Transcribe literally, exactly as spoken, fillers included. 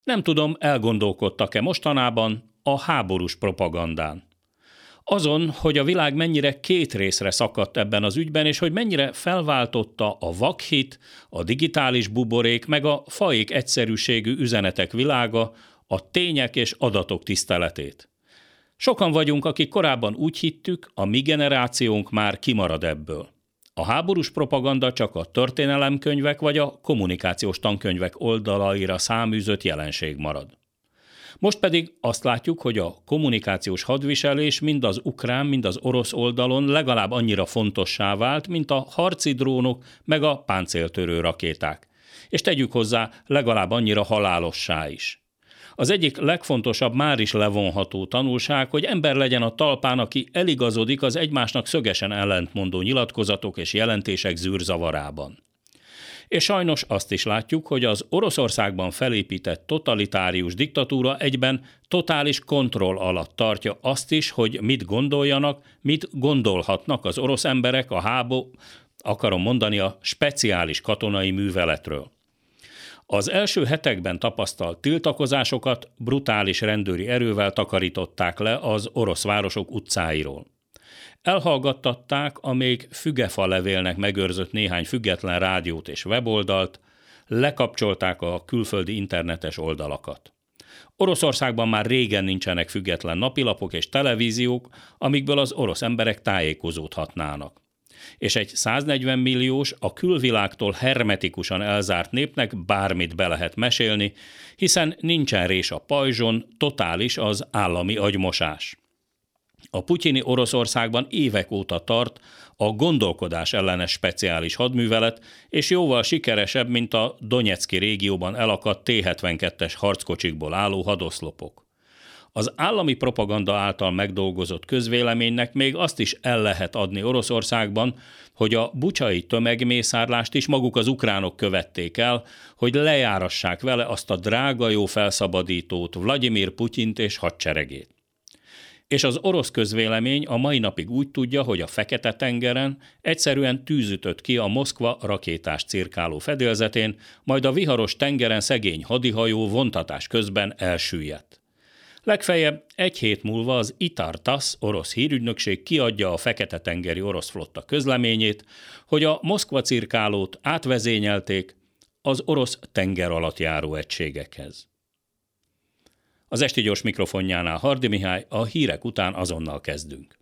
Nem tudom, elgondolkodtak-e mostanában a háborús propagandán. Azon, hogy a világ mennyire két részre szakadt ebben az ügyben, és hogy mennyire felváltotta a vakhit, a digitális buborék, meg a faék egyszerűségű üzenetek világa a tények és adatok tiszteletét. Sokan vagyunk, akik korábban úgy hittük, a mi generációnk már kimarad ebből. A háborús propaganda csak a történelemkönyvek vagy a kommunikációs tankönyvek oldalaira száműzött jelenség marad. Most pedig azt látjuk, hogy a kommunikációs hadviselés mind az ukrán, mind az orosz oldalon legalább annyira fontossá vált, mint a harci drónok meg a páncéltörő rakéták. És tegyük hozzá, legalább annyira halálossá is. Az egyik legfontosabb, már is levonható tanulság, hogy ember legyen a talpán, aki eligazodik az egymásnak szögesen ellentmondó nyilatkozatok és jelentések zűrzavarában. És sajnos azt is látjuk, hogy az Oroszországban felépített totalitárius diktatúra egyben totális kontroll alatt tartja azt is, hogy mit gondoljanak, mit gondolhatnak az orosz emberek a háború, akarom mondani, a speciális katonai műveletről. Az első hetekben tapasztalt tiltakozásokat brutális rendőri erővel takarították le az orosz városok utcáiról. Elhallgattatták a még fügefa levélnek megőrzött néhány független rádiót és weboldalt, lekapcsolták a külföldi internetes oldalakat. Oroszországban már régen nincsenek független napilapok és televíziók, amikből az orosz emberek tájékozódhatnának. És egy száznegyven milliós, a külvilágtól hermetikusan elzárt népnek bármit be lehet mesélni, hiszen nincsen rés a pajzson, totális az állami agymosás. A putyini Oroszországban évek óta tart a gondolkodás ellenes speciális hadművelet, és jóval sikeresebb, mint a Donyecky régióban elakadt té hetvenkettes harckocsikból álló hadoszlopok. Az állami propaganda által megdolgozott közvéleménynek még azt is el lehet adni Oroszországban, hogy a bucsai tömegmészárlást is maguk az ukránok követték el, hogy lejárassák vele azt a drága jó felszabadítót, Vladimir Putyint és hadseregét. És az orosz közvélemény a mai napig úgy tudja, hogy a Fekete-tengeren egyszerűen tűzütött ki a Moszkva rakétás cirkáló fedélzetén, majd a viharos tengeren szegény hadihajó vontatás közben elsüllyedt. Legfeljebb egy hét múlva az ITAR-TASZ orosz hírügynökség kiadja a Fekete-tengeri orosz flotta közleményét, hogy a Moszkva cirkálót átvezényelték az orosz tengeralattjáró egységekhez. Az Esti Gyors mikrofonjánál Hardy Mihály, a hírek után azonnal kezdünk.